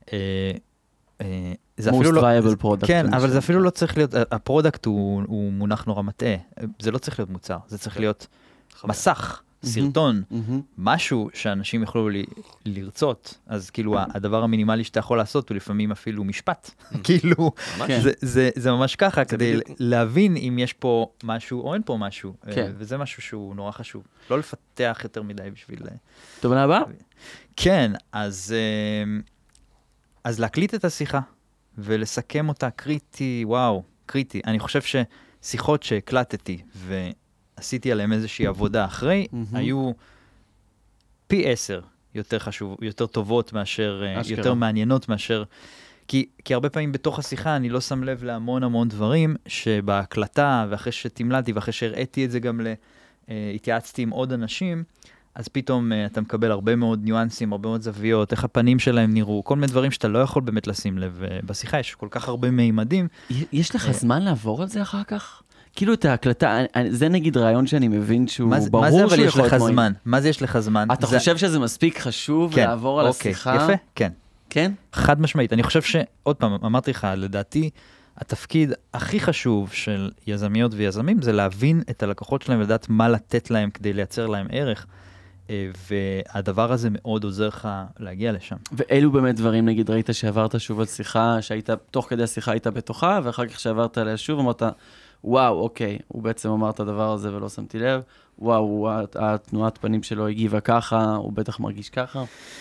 most viable product. כן, אבל זה אפילו לא צריך להיות... הפרודקט הוא מונח נורא מטעה. זה לא צריך להיות מוצר, זה צריך להיות מסך. סרטון, משהו שאנשים יוכלו לרצות, אז כאילו הדבר המינימלי שאתה יכול לעשות הוא לפעמים אפילו משפט, כאילו זה ממש ככה, כדי להבין אם יש פה משהו או אין פה משהו, וזה משהו שהוא נורא חשוב, לא לפתח יותר מדי בשביל... טוב, הבא? כן, אז להקליט את השיחה ולסכם אותה קריטי, וואו, קריטי, אני חושב ששיחות שהקלטתי ו... עשיתי עליהם איזושהי עבודה אחרי, mm-hmm. היו פי עשר יותר חשוב, יותר טובות מאשר, אשכרה. יותר מעניינות מאשר, כי, כי הרבה פעמים בתוך השיחה אני לא שם לב להמון המון דברים, שבהקלטה, ואחרי שתמלדתי, ואחרי שהראיתי את זה גם להתייעצתי עם עוד אנשים, אז פתאום uh, אתה מקבל הרבה מאוד ניואנסים, הרבה מאוד זוויות, איך הפנים שלהם נראו, כל מיני דברים שאתה לא יכול באמת לשים לב uh, בשיחה, יש כל כך הרבה מימדים. יש לך זמן לעבור על זה אחר כך? כאילו את ההקלטה, זה נגיד רעיון שאני מבין שהוא ברור שהוא יכול להיות מועיל. מה זה יש לך זמן? אתה חושב שזה מספיק חשוב לעבור על השיחה? יפה, כן. כן? חד משמעית. אני חושב שעוד פעם, אמרתי לך, לדעתי, התפקיד הכי חשוב של יזמיות ויזמים זה להבין את הלקוחות שלהם ולדעת מה לתת להם כדי לייצר להם ערך. והדבר הזה מאוד עוזר לך להגיע לשם. ואילו באמת דברים, נגיד, ראית שעברת שוב על שיחה, שהיית, תוך כדי השיחה היית בתוכה, ואחר כך שעברת עליה שוב, אמרת, וואו, אוקיי, הוא בעצם אמר את הדבר הזה ולא שמתי לב, וואו, התנועת פנים שלו הגיבה ככה, הוא בטח מרגיש ככה.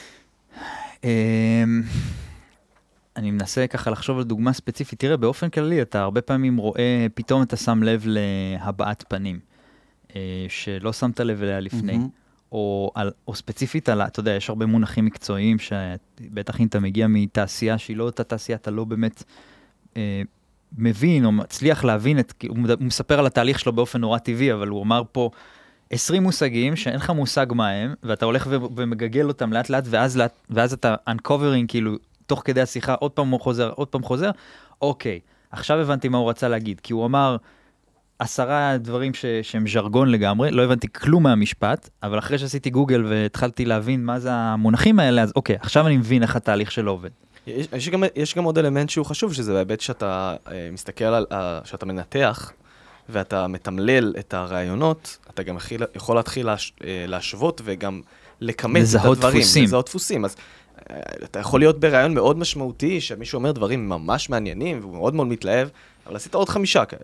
אני מנסה ככה לחשוב על דוגמה ספציפית. תראה, באופן כללי, אתה הרבה פעמים רואה, פתאום אתה שם לב להבעת פנים, שלא שמת לב אליה לפני, או, על, או ספציפית על, אתה יודע, יש הרבה מונחים מקצועיים, שבטח אם אתה מגיע מתעשייה שהיא לא אותה תעשייה, אתה לא באמת... מבין או מצליח להבין, את, הוא מספר על התהליך שלו באופן נורא טבעי, אבל הוא אומר פה עשרים מושגים שאין לך מושג מה הם, ואתה הולך ומגגל אותם לאט לאט, ואז, לאט, ואז אתה uncovering, כאילו, תוך כדי השיחה, עוד פעם הוא חוזר, עוד פעם חוזר, אוקיי, עכשיו הבנתי מה הוא רצה להגיד, כי הוא אמר עשרה דברים ש, שהם ז'רגון לגמרי, לא הבנתי כלום מהמשפט, אבל אחרי שעשיתי גוגל והתחלתי להבין מה זה המונחים האלה, אז אוקיי, עכשיו אני מבין איך התהליך שלו עובד. יש, יש, גם, יש גם עוד אלמנט שהוא חשוב, שזה בהיבט שאתה אה, מסתכל על, אה, שאתה מנתח, ואתה מתמלל את הרעיונות, אתה גם יכול, יכול להתחיל להש, אה, להשוות וגם לכמת את הדברים. דפוסים. לזהות דפוסים. אז אה, אתה יכול להיות ברעיון מאוד משמעותי, שמישהו אומר דברים ממש מעניינים, והוא מאוד מאוד מתלהב, אבל עשית עוד חמישה כאלה.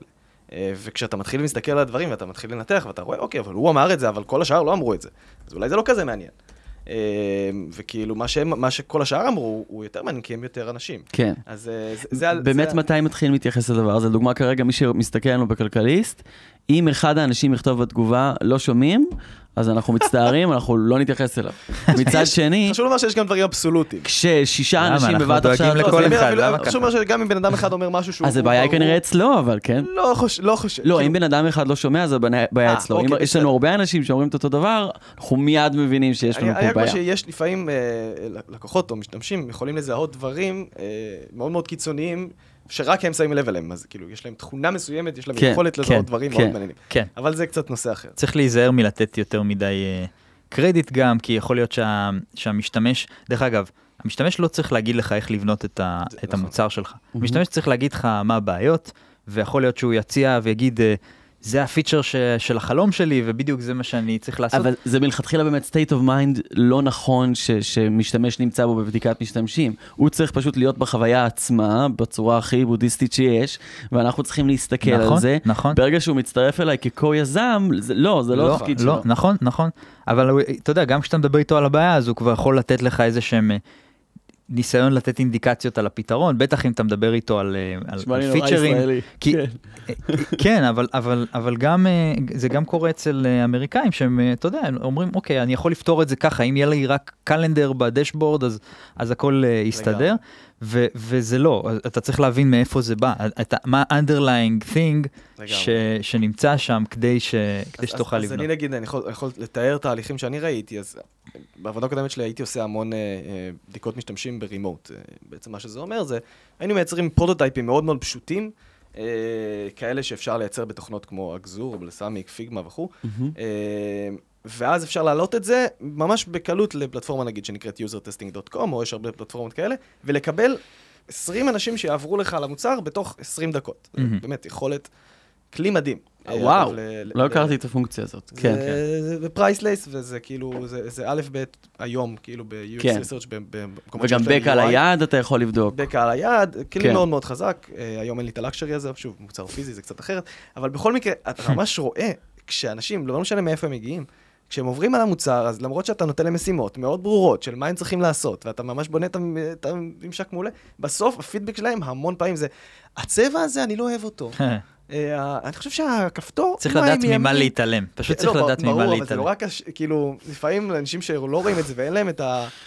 וכשאתה מתחיל להסתכל על הדברים ואתה מתחיל לנתח ואתה רואה, אוקיי, אבל הוא אמר את זה, אבל כל השאר לא אמרו את זה. אז אולי זה לא כזה מעניין. וכאילו, מה, שהם, מה שכל השאר אמרו, הוא יותר מעניין, כי הם יותר אנשים. כן. אז זה, זה, באמת זה... מתי מתחיל מתייחס לדבר הזה? לדוגמה, כרגע מי שמסתכל לנו בכלכליסט, אם אחד האנשים יכתוב בתגובה, לא שומעים, אז אנחנו מצטערים, אנחנו לא נתייחס אליו. מצד שני... חשוב לומר שיש גם דברים אבסולוטיים. כששישה אנשים בבת עכשיו... למה? אנחנו דואגים לכל אחד, למה ככה? חשוב לומר שגם אם בן אדם אחד אומר משהו שהוא... אז הבעיה היא כנראה אצלו, אבל כן? לא חושב. לא, אם בן אדם אחד לא שומע, אז הבעיה אצלו. אם יש לנו הרבה אנשים שאומרים את אותו דבר, אנחנו מיד מבינים שיש לנו פה בעיה. היה כמו שיש לפעמים לקוחות או משתמשים, יכולים לזהות דברים מאוד מאוד קיצוניים, שרק הם שמים לב אליהם, אז כאילו, יש להם תכונה מסוימת, יש להם יכולת לזהות דברים מאוד מעניינים. כן. אבל זה קצת נושא אחר. צריך להיזהר מלתת יותר מדי קרדיט גם, כי יכול להיות שהמשתמש, דרך אגב, המשתמש לא צריך להגיד לך איך לבנות את המוצר שלך. המשתמש צריך להגיד לך מה הבעיות, ויכול להיות שהוא יציע ויגיד, זה הפיצ'ר של החלום שלי, ובדיוק זה מה שאני צריך לעשות. אבל זה מלכתחילה באמת state of mind לא נכון שמשתמש נמצא בו בבדיקת משתמשים. הוא צריך פשוט להיות בחוויה עצמה, בצורה הכי בודהיסטית שיש, ואנחנו צריכים להסתכל על זה. נכון. ברגע שהוא מצטרף אליי כקו-יזם, לא, זה לא תפקיד שלו. נכון, נכון. אבל אתה יודע, גם כשאתה מדבר איתו על הבעיה, אז הוא כבר יכול לתת לך איזה שהם... ניסיון לתת אינדיקציות על הפתרון, בטח אם אתה מדבר איתו על פיצ'רים. כן, אבל גם, זה גם קורה אצל אמריקאים, שהם, אתה יודע, אומרים, אוקיי, אני יכול לפתור את זה ככה, אם יהיה לי רק קלנדר בדשבורד, אז הכל יסתדר, וזה לא, אתה צריך להבין מאיפה זה בא, מה ה-underlying thing שנמצא שם, כדי שתוכל לבנות. אז אני נגיד, אני יכול לתאר תהליכים שאני ראיתי, אז בעבודה הקודמת שלי הייתי עושה המון בדיקות משתמשים ברימוט. בעצם מה שזה אומר זה, היינו מייצרים פרוטוטייפים מאוד מאוד פשוטים, כאלה שאפשר לייצר בתוכנות כמו אגזור, בלסמיק, פיגמה וכו'. ואז אפשר להעלות את זה ממש בקלות לפלטפורמה נגיד שנקראת יוזר טסטינג דוט קום, או יש הרבה פלטפורמות כאלה, ולקבל עשרים אנשים שיעברו לך על המוצר בתוך עשרים דקות. באמת, יכולת כלי מדהים. וואו, לא הכרתי את הפונקציה הזאת. זה פרייסלייס, וזה כאילו, זה א' ב' היום, כאילו ב-יו אקס Research במקומות וגם בקהל היעד אתה יכול לבדוק. בקהל היעד, כלי מאוד מאוד חזק. היום אין לי את הלקשרי הזה, שוב, מוצר פיזי זה קצת אחרת, אבל בכל מקרה, אתה ממש רואה, כשאנשים, לא משנה מאיפה הם מגיעים, כשהם עוברים על המוצר, אז למרות שאתה נותן להם משימות מאוד ברורות של מה הם צריכים לעשות, ואתה ממש בונה את הממשק מעולה, בסוף הפידבק שלהם המון פעמים זה, הצבע הזה אני לא אוהב אותו. אני חושב שהכפתור... צריך לדעת ממה להתעלם. פשוט צריך לדעת ממה להתעלם. אבל זה לא רק, כאילו, לפעמים לאנשים שלא רואים את זה ואין להם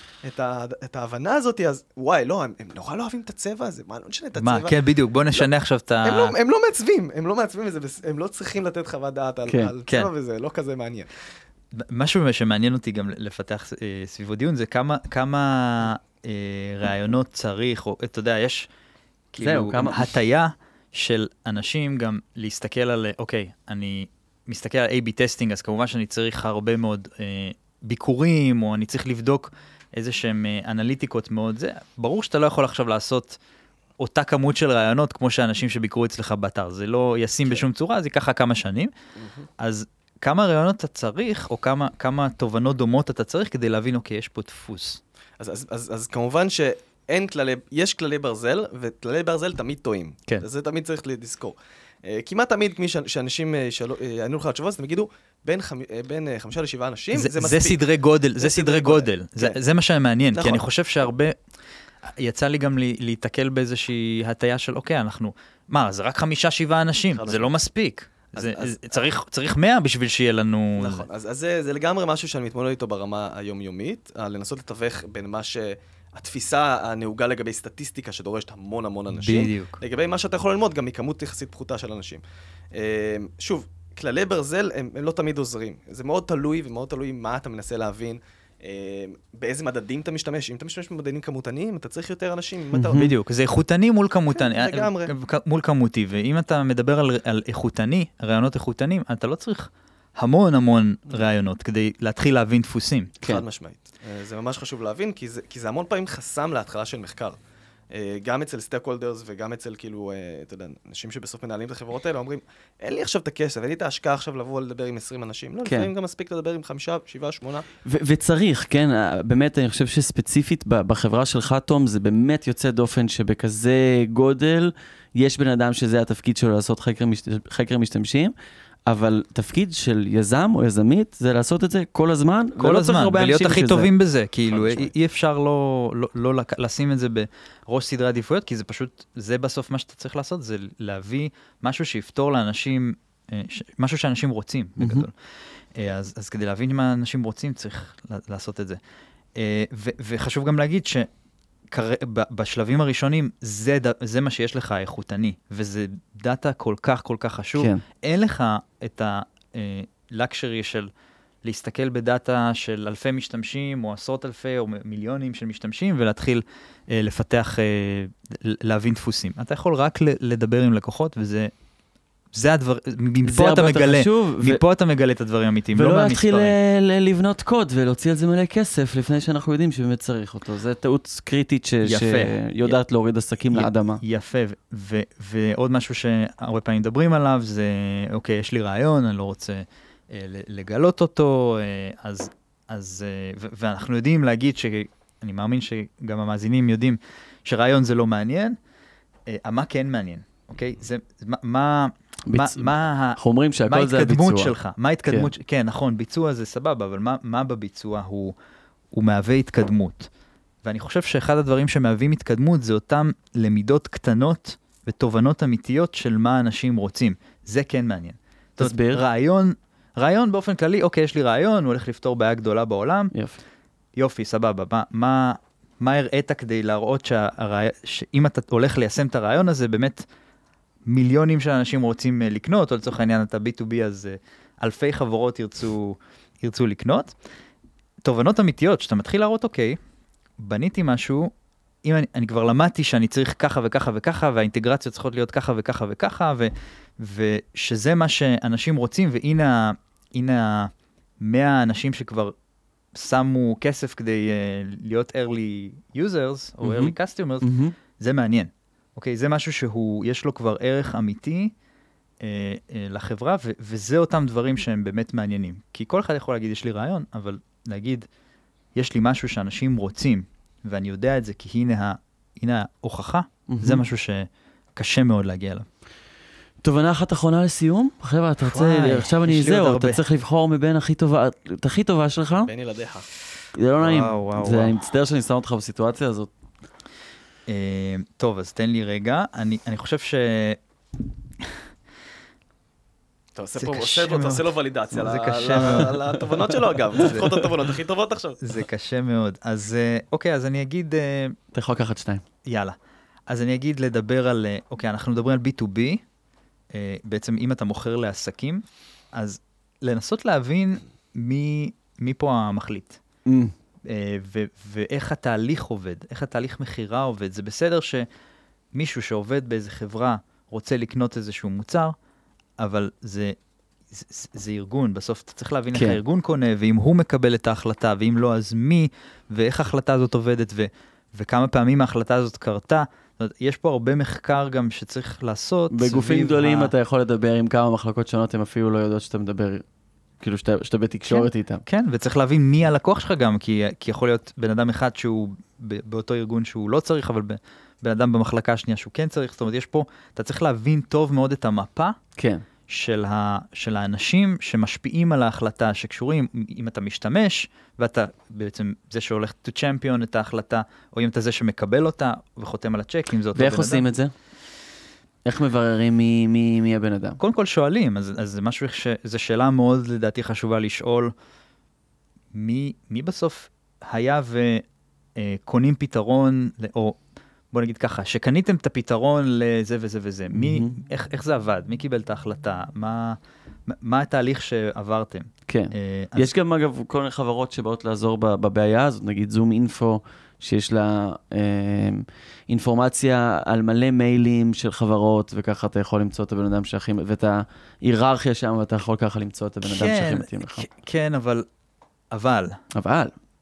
את ההבנה הזאת, אז וואי, לא, הם נורא לא אוהבים את הצבע הזה, מה, לא נשנה את הצבע. מה, כן, בדיוק, בוא נשנה עכשיו את ה... הם לא מעצבים, הם לא מעצבים את זה, הם לא צריכים לתת חוות דעת על צבע וזה, לא כזה מעניין. משהו שמעניין אותי גם לפתח סביבו דיון, זה כמה רעיונות צריך, או אתה יודע, יש כאילו הטיה של אנשים גם להסתכל על, אוקיי, אני מסתכל על איי בי טסטינג, אז כמובן שאני צריך הרבה מאוד ביקורים, או אני צריך לבדוק איזה שהם אנליטיקות מאוד, זה ברור שאתה לא יכול עכשיו לעשות אותה כמות של רעיונות, כמו שאנשים שביקרו אצלך באתר, זה לא ישים בשום צורה, זה ייקח כמה שנים, אז כמה רעיונות אתה צריך, או כמה, כמה תובנות דומות אתה צריך, כדי להבין, אוקיי, יש פה דפוס. אז, אז, אז, אז כמובן שאין כללי, יש כללי ברזל, וכללי ברזל תמיד טועים. כן. אז זה תמיד צריך לזכור. כמעט תמיד, כמי שאנשים יענו לך התשובה, אז אתם יגידו, בין, חמ... בין חמישה לשבעה אנשים, זה, זה מספיק. זה סדרי גודל, זה, זה סדרי גודל. גודל. זה, כן. זה מה שמעניין, נכון. כי אני חושב שהרבה, יצא לי גם להתקל באיזושהי הטיה של, אוקיי, אנחנו, מה, זה רק חמישה, שבעה אנשים, זה לא מספיק. זה, אז, צריך, אז, צריך מאה בשביל שיהיה לנו... נכון, אז, אז זה, זה לגמרי משהו שאני מתמודד איתו ברמה היומיומית, לנסות לתווך בין מה שהתפיסה הנהוגה לגבי סטטיסטיקה שדורשת המון המון אנשים, בדיוק. לגבי מה שאתה יכול ללמוד גם מכמות יחסית פחותה של אנשים. שוב, כללי ברזל הם, הם לא תמיד עוזרים, זה מאוד תלוי ומאוד תלוי מה אתה מנסה להבין, באיזה מדדים אתה משתמש, אם אתה משתמש במדדים כמותניים, אתה צריך יותר אנשים. בדיוק, זה איכותני מול כמותני, לגמרי. מול כמותי, ואם אתה מדבר על, על איכותני, רעיונות איכותנים, אתה לא צריך המון המון רעיונות, כדי להתחיל להבין דפוסים. חד משמעית. זה ממש חשוב להבין, כי זה, כי זה המון פעמים חסם להתחלה של מחקר. גם אצל סטייק-הולדרס וגם אצל, כאילו, אתה יודע, אנשים שבסוף מנהלים את החברות האלה, אומרים, אין לי עכשיו את הכסף, אין לי את ההשקעה עכשיו לבוא לדבר עם עשרים אנשים. לא, לפעמים גם מספיק לדבר עם חמישה, שבעה, שמונה. וצריך, כן, באמת, אני חושב שספציפית בחברה שלך, תום, זה באמת יוצא דופן שבכזה גודל, יש בן אדם שזה התפקיד שלו לעשות חקר משתמשים, אבל תפקיד של יזם או יזמית זה לעשות את זה כל הזמן, כל הזמן, ולהיות הכי טובים בזה, כאילו אי אפשר לא, לא, לא לשים את זה בראש סדרי עדיפויות, כי זה פשוט, זה בסוף מה שאתה צריך לעשות, זה להביא משהו שיפתור לאנשים, משהו שאנשים רוצים בגדול. אז, אז כדי להבין מה אנשים רוצים, צריך לעשות את זה. ו, וחשוב גם להגיד ש... בשלבים הראשונים, זה, זה מה שיש לך איכותני, וזה דאטה כל כך כל כך חשוב. כן. אין לך את הלקשרי של להסתכל בדאטה של אלפי משתמשים, או עשרות אלפי, או מיליונים של משתמשים, ולהתחיל אה, לפתח, אה, להבין דפוסים. אתה יכול רק לדבר עם לקוחות, וזה... זה הדבר, מפה אתה מגלה, מפה אתה מגלה את הדברים האמיתיים, לא מהמספרים. ולא להתחיל לבנות קוד ולהוציא על זה מלא כסף, לפני שאנחנו יודעים שבאמת צריך אותו. זה טעות קריטית שיודעת להוריד עסקים לאדמה. יפה, ועוד משהו שהרבה פעמים מדברים עליו, זה, אוקיי, יש לי רעיון, אני לא רוצה לגלות אותו, אז, ואנחנו יודעים להגיד, אני מאמין שגם המאזינים יודעים, שרעיון זה לא מעניין, מה כן מעניין, אוקיי? זה, מה... מה, מה, אנחנו אומרים שהכל זה הביצוע. מה ההתקדמות שלך? מה ההתקדמות? כן. כן, נכון, ביצוע זה סבבה, אבל מה, מה בביצוע הוא, הוא מהווה התקדמות. ואני חושב שאחד הדברים שמהווים התקדמות זה אותם למידות קטנות ותובנות אמיתיות של מה אנשים רוצים. זה כן מעניין. תסביר. רעיון, רעיון באופן כללי, אוקיי, יש לי רעיון, הוא הולך לפתור בעיה גדולה בעולם. יופי. יופי, סבבה. מה, מה, מה הראית כדי להראות שהרעי... שאם אתה הולך ליישם את הרעיון הזה, באמת מיליונים של אנשים רוצים לקנות, או לצורך העניין אתה בי טו בי, אז אלפי חברות ירצו, ירצו לקנות. תובנות אמיתיות, שאתה מתחיל להראות, אוקיי, בניתי משהו, אם אני, אני כבר למדתי שאני צריך ככה וככה וככה, והאינטגרציות צריכות להיות ככה וככה וככה, ו, ושזה מה שאנשים רוצים, והנה הנה מאה אנשים שכבר שמו כסף כדי uh, להיות early users, או mm-hmm. early customers, mm-hmm. זה מעניין. אוקיי, זה משהו שהוא, יש לו כבר ערך אמיתי אה, אה, לחברה, ו- וזה אותם דברים שהם באמת מעניינים. כי כל אחד יכול להגיד, יש לי רעיון, אבל להגיד, יש לי משהו שאנשים רוצים, ואני יודע את זה, כי הנה, ה- הנה ההוכחה, mm-hmm. זה משהו שקשה מאוד להגיע אליו. תובנה אחת אחרונה לסיום? חבר'ה, אתה רוצה, וואי, עכשיו אני זהו, אתה צריך לבחור מבין הכי טובה, את הכי טובה שלך. בין ילדיך. זה לא נעים, זה, אני מצטער שאני שם אותך בסיטואציה הזאת. Uh, טוב, אז תן לי רגע, אני, אני חושב ש... אתה עושה פה, אתה עושה לו ולידציה על התובנות שלו, אגב, צריך לבחור את התובנות הכי טובות עכשיו. זה קשה מאוד. אז אוקיי, אז אני אגיד... אתה יכול לקחת שתיים. יאללה. אז אני אגיד לדבר על... אוקיי, אנחנו מדברים על בי טו בי, בעצם אם אתה מוכר לעסקים, אז לנסות להבין מי, מי פה המחליט. ו- ואיך התהליך עובד, איך התהליך מחירה עובד. זה בסדר שמישהו שעובד באיזה חברה רוצה לקנות איזשהו מוצר, אבל זה, זה, זה ארגון, בסוף אתה צריך להבין כן. איך הארגון קונה, ואם הוא מקבל את ההחלטה, ואם לא, אז מי, ואיך ההחלטה הזאת עובדת, ו- וכמה פעמים ההחלטה הזאת קרתה. זאת אומרת, יש פה הרבה מחקר גם שצריך לעשות. בגופים גדולים ה... אתה יכול לדבר עם כמה מחלקות שונות, הם אפילו לא יודעות שאתה מדבר... כאילו שאתה, שאתה בתקשורת כן, איתם. כן, וצריך להבין מי הלקוח שלך גם, כי, כי יכול להיות בן אדם אחד שהוא באותו ארגון שהוא לא צריך, אבל בן אדם במחלקה השנייה שהוא כן צריך. זאת אומרת, יש פה, אתה צריך להבין טוב מאוד את המפה כן. של, ה, של האנשים שמשפיעים על ההחלטה, שקשורים, אם אתה משתמש, ואתה בעצם זה שהולך to champion את ההחלטה, או אם אתה זה שמקבל אותה וחותם על הצ'ק, אם זה אותו בן אדם. ואיך עושים את זה? איך מבררים מי, מי, מי הבן אדם? קודם כל שואלים, אז, אז זה משהו, ש, זה שאלה מאוד לדעתי חשובה לשאול, מי, מי בסוף היה וקונים פתרון, או בוא נגיד ככה, שקניתם את הפתרון לזה וזה וזה, מי, mm-hmm. איך, איך זה עבד? מי קיבל את ההחלטה? מה, מה התהליך שעברתם? כן. אז... יש גם אגב כל מיני חברות שבאות לעזור בבעיה הזאת, נגיד זום אינפו, שיש לה אה, אינפורמציה על מלא מיילים של חברות, וככה אתה יכול למצוא את הבן אדם שהכי, ואת ההיררכיה שם, ואתה יכול ככה למצוא את הבן אדם שהכי מתאים לך. כן, אבל, אבל. אבל.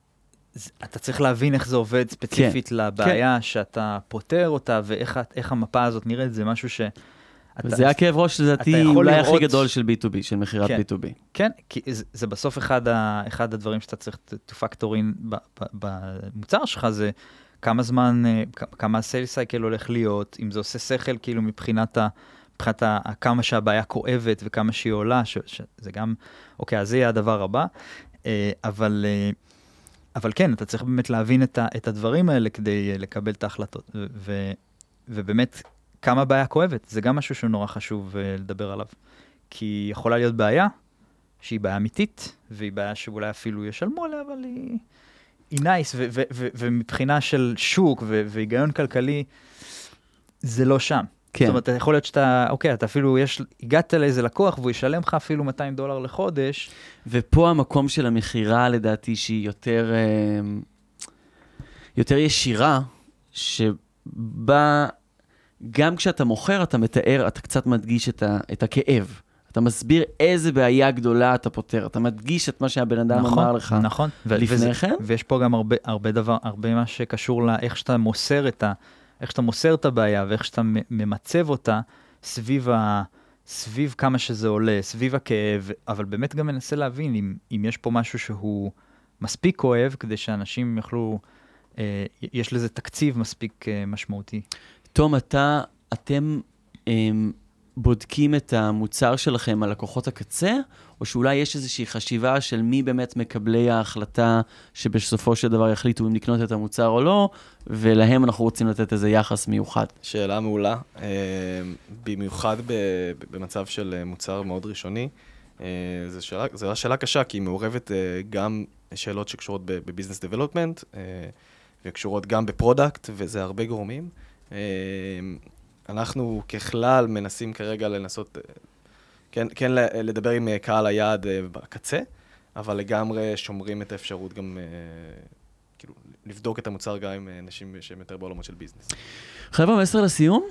אתה צריך להבין איך זה עובד ספציפית כן, לבעיה כן. שאתה פותר אותה, ואיך המפה הזאת נראית, זה משהו ש... וזה הכאב ראש לדעתי אולי הכי גדול של בי טו בי, של מחירת כן, בי טו בי. כן, כי זה, זה בסוף אחד, ה, אחד הדברים שאתה צריך to factor in במוצר שלך, זה כמה זמן, כמה ה-sales cycle הולך להיות, אם זה עושה שכל כאילו מבחינת ה... מבחינת ה, כמה שהבעיה כואבת וכמה שהיא עולה, ש, שזה גם, אוקיי, אז זה יהיה הדבר הבא, אבל... אבל כן, אתה צריך באמת להבין את, ה, את הדברים האלה כדי לקבל את ההחלטות. ו, ו, ובאמת, כמה בעיה כואבת, זה גם משהו שנורא חשוב לדבר עליו. כי יכולה להיות בעיה, שהיא בעיה אמיתית, והיא בעיה שאולי אפילו ישלמו עליה, אבל היא, היא נייס, ו, ו, ו, ומבחינה של שוק ו, והיגיון כלכלי, זה לא שם. כן. זאת אומרת, יכול להיות שאתה, אוקיי, אתה אפילו, יש, הגעת לאיזה לקוח, והוא ישלם לך אפילו מאתיים דולר לחודש. ופה המקום של המחירה, לדעתי, שהיא יותר, יותר ישירה, שבה, גם כשאתה מוכר, אתה מתאר, אתה קצת מדגיש את, ה, את הכאב. אתה מסביר איזה בעיה גדולה אתה פותר. אתה מדגיש את מה שהבן אדם נכון, אמר לך נכון. לפני כן. ויש פה גם הרבה, הרבה דבר, הרבה מה שקשור לאיך שאתה מוסר את ה... איך שאתה מוסר את הבעיה, ואיך שאתה ממצב אותה סביב, ה, סביב כמה שזה עולה, סביב הכאב, אבל באמת גם מנסה להבין אם, אם יש פה משהו שהוא מספיק כואב, כדי שאנשים יוכלו, אה, יש לזה תקציב מספיק אה, משמעותי. תום, אתה, אתם אה, בודקים את המוצר שלכם על לקוחות הקצה, או שאולי יש איזושהי חשיבה של מי באמת מקבלי ההחלטה שבסופו של דבר יחליטו אם לקנות את המוצר או לא, ולהם אנחנו רוצים לתת איזה יחס מיוחד. שאלה מעולה, במיוחד במצב של מוצר מאוד ראשוני, זו שאלה, זו שאלה קשה, כי היא מעורבת גם שאלות שקשורות בביזנס דבלופמנט, וקשורות גם בפרודקט, וזה הרבה גורמים. אנחנו ככלל מנסים כרגע לנסות, כן, כן לדבר עם קהל היעד בקצה, אבל לגמרי שומרים את האפשרות גם, כאילו, לבדוק את המוצר גם עם אנשים שהם יותר בעולמות של ביזנס. חבר'ה, מסר לסיום?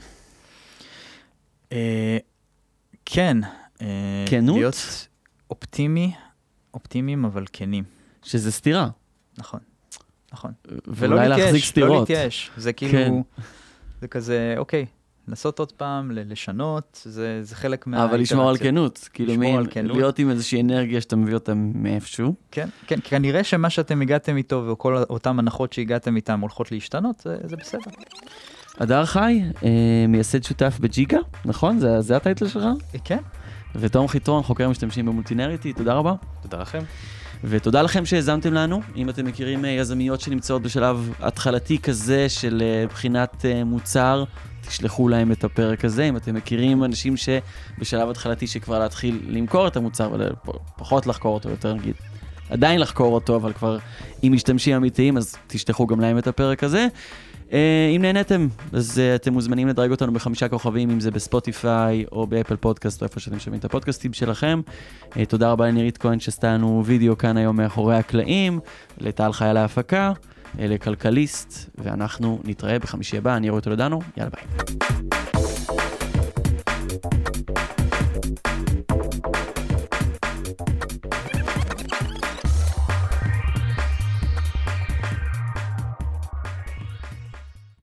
כן. כנות? להיות אופטימי, אופטימיים אבל כנים. שזה סתירה. נכון, נכון. ואולי להחזיק סתירות. לא להתייאש, זה כאילו, זה כזה, אוקיי. לנסות עוד פעם, לשנות, זה, זה חלק מהאינטראקציה. אבל לשמור על כנות, כאילו מי, להיות עם איזושהי אנרגיה שאתה מביא אותם מאיפשהו. כן, כן, כנראה שמה שאתם הגעתם איתו, וכל אותם הנחות שהגעתם איתם הולכות להשתנות, זה, זה בסדר. אדר חי, אה, מייסד שותף בג'יקה, נכון? זה, זה הטייטל שלך? כן. ותום חיטרון, חוקר משתמשים במולטינריטי, תודה רבה. תודה לכם. ותודה לכם שהזמתם לנו. אם אתם מכירים יזמיות שנמצאות בשלב התחלתי כזה של בחינת מוצר, תשלחו להם את הפרק הזה. אם אתם מכירים אנשים שבשלב התחלתי שכבר להתחיל למכור את המוצר, פחות לחקור אותו, יותר נגיד, עדיין לחקור אותו, אבל כבר עם משתמשים אמיתיים, אז תשלחו גם להם את הפרק הזה. אם נהנתם, אז אתם מוזמנים לדרג אותנו בחמישה כוכבים, אם זה בספוטיפיי או באפל פודקאסט, או איפה שאתם שומעים את הפודקאסטים שלכם. תודה רבה לנירית כהן שעשתה לנו וידאו כאן היום מאחורי הקלעים, לטל חיה להפקה, לכלכליסט, ואנחנו נתראה בחמישי הבא. אני רואה תולדנו, יאללה ביי.